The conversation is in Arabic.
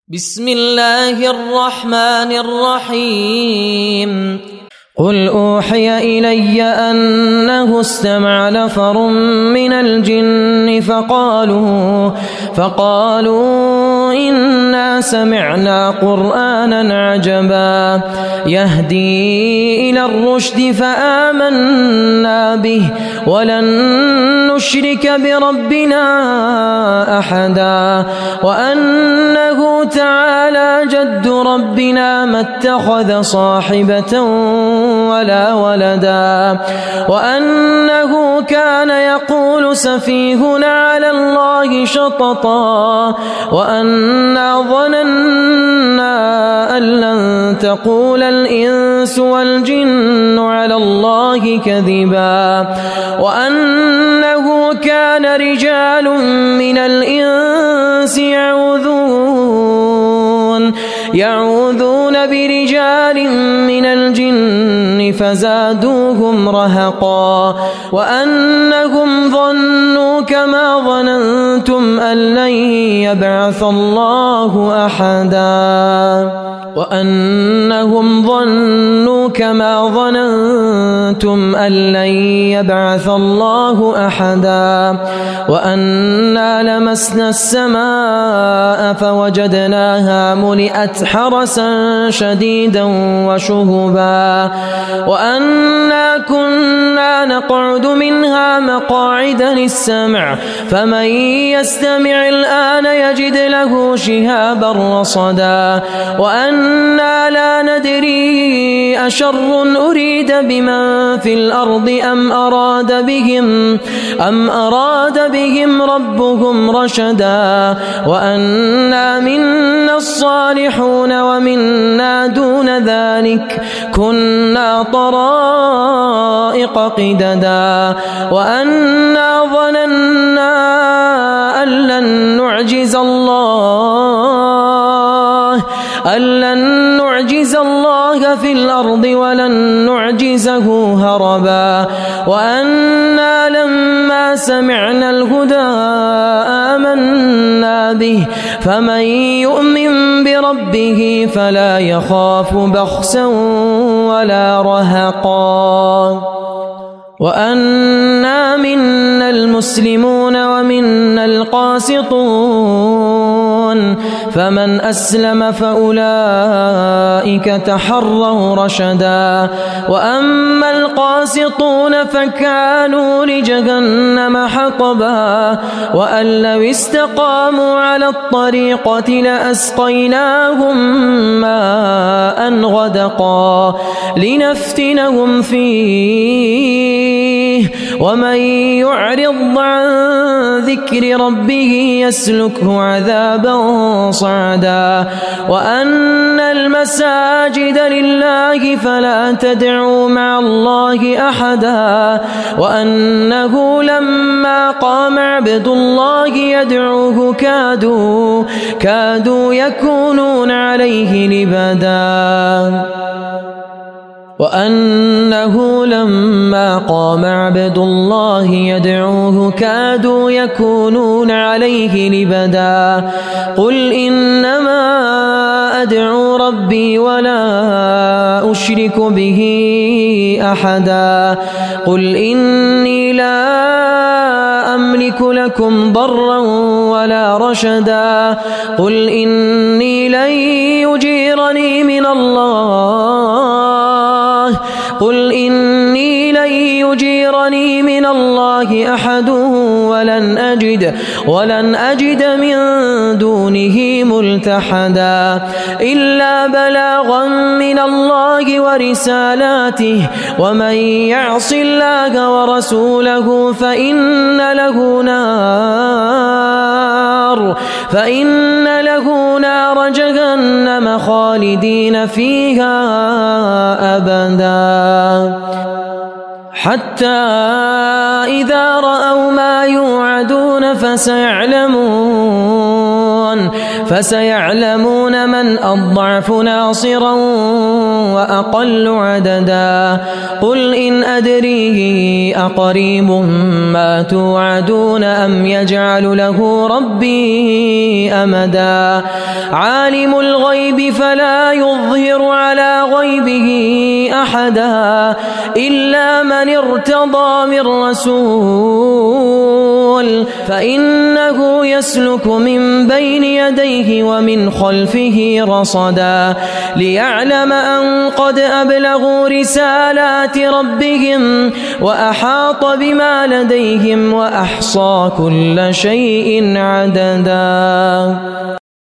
بسم الله الرحمن الرحيم قل أوحي إلي أنه استمع نفر من الجن فقالوا إنا سمعنا قرآنا عجبا يهدي إلى الرشد فآمنا به ولن نشرك بربنا أحدا وأنه تعالى جد ربنا ما اتخذ صاحبة ولا ولدا وأنه كان يقول سفيهنا على الله شططا وأنا ظننا أن لن تقول الإنس والجن على الله كذبا وأنه كان رجال من الإنس يعوذون برجال من الجن فزادوهم رهقا وأنهم ظنوا كما ظننتم أن لن يبعث الله أحدا وأنهم ظنوا كما ظننتم أن لن يبعث الله أحدا وأنا لمسنا السماء فوجدناها ملئت حرسا شديدا وشهبا وأنا كنا نقعد منها مقاعد للسمع فمن يستمع الآن يجد له شهابا رصدا وأنا لا ندري أشر أريد بمن في الأرض أم أراد بهم ربهم رشدا وأنا منا الصالحون ومنا دون ذلك كنا طرائق قددا وأنا ظننا أن لن نعجز الله في الأرض ولن نعجزه هربا وأنا لما سمعنا الهدى آمنا به فمن يؤمن بربه فلا يخاف بخسا ولا رهقا وأنا منا المسلمون ومنا القاسطون فمن أسلم فأولئك تحروا رشدا وأما القاسطون فكانوا لجهنم حطبا وأن لو استقاموا على الطريقة لأسقيناهم ماء غدقا لنفتنهم فيه ومن يعرض عن ذكر ربه يسلكه عذابا صعدا وأن المساجد لله فلا تدعوا مع الله أحدا وأنه لما قام عبد الله يدعوه كادوا يكونون عليه لبدا وأنه لما قام عبد الله يدعوه كادوا يكونون عليه لبدا قل إنما أدعو ربي ولا أشرك به أحدا قل إني لا أملك لكم ضرا ولا رشدا قل إني لن يجيرني من الله أحد ولن أجد من دونه ملتحدا إلا بلاغا من الله ورسالاته ومن يعص الله ورسوله فإن له نار جهنم خالدين فيها أبدا حتى إذا رأوا ما يوعدون فسيعلمون من أضعف ناصرا وأقل عددا قل إن أدري أقريب ما توعدون أم يجعل له ربي أمدا عالم الغيب فلا يظهر على غيبه أحدا إلا من ارتضى من رسول فإنه يسلك من بين يديه ومن خلفه رصدا ليعلم أن قد أبلغوا رسالات ربهم وأحاط بما لديهم وأحصى كل شيء عددا.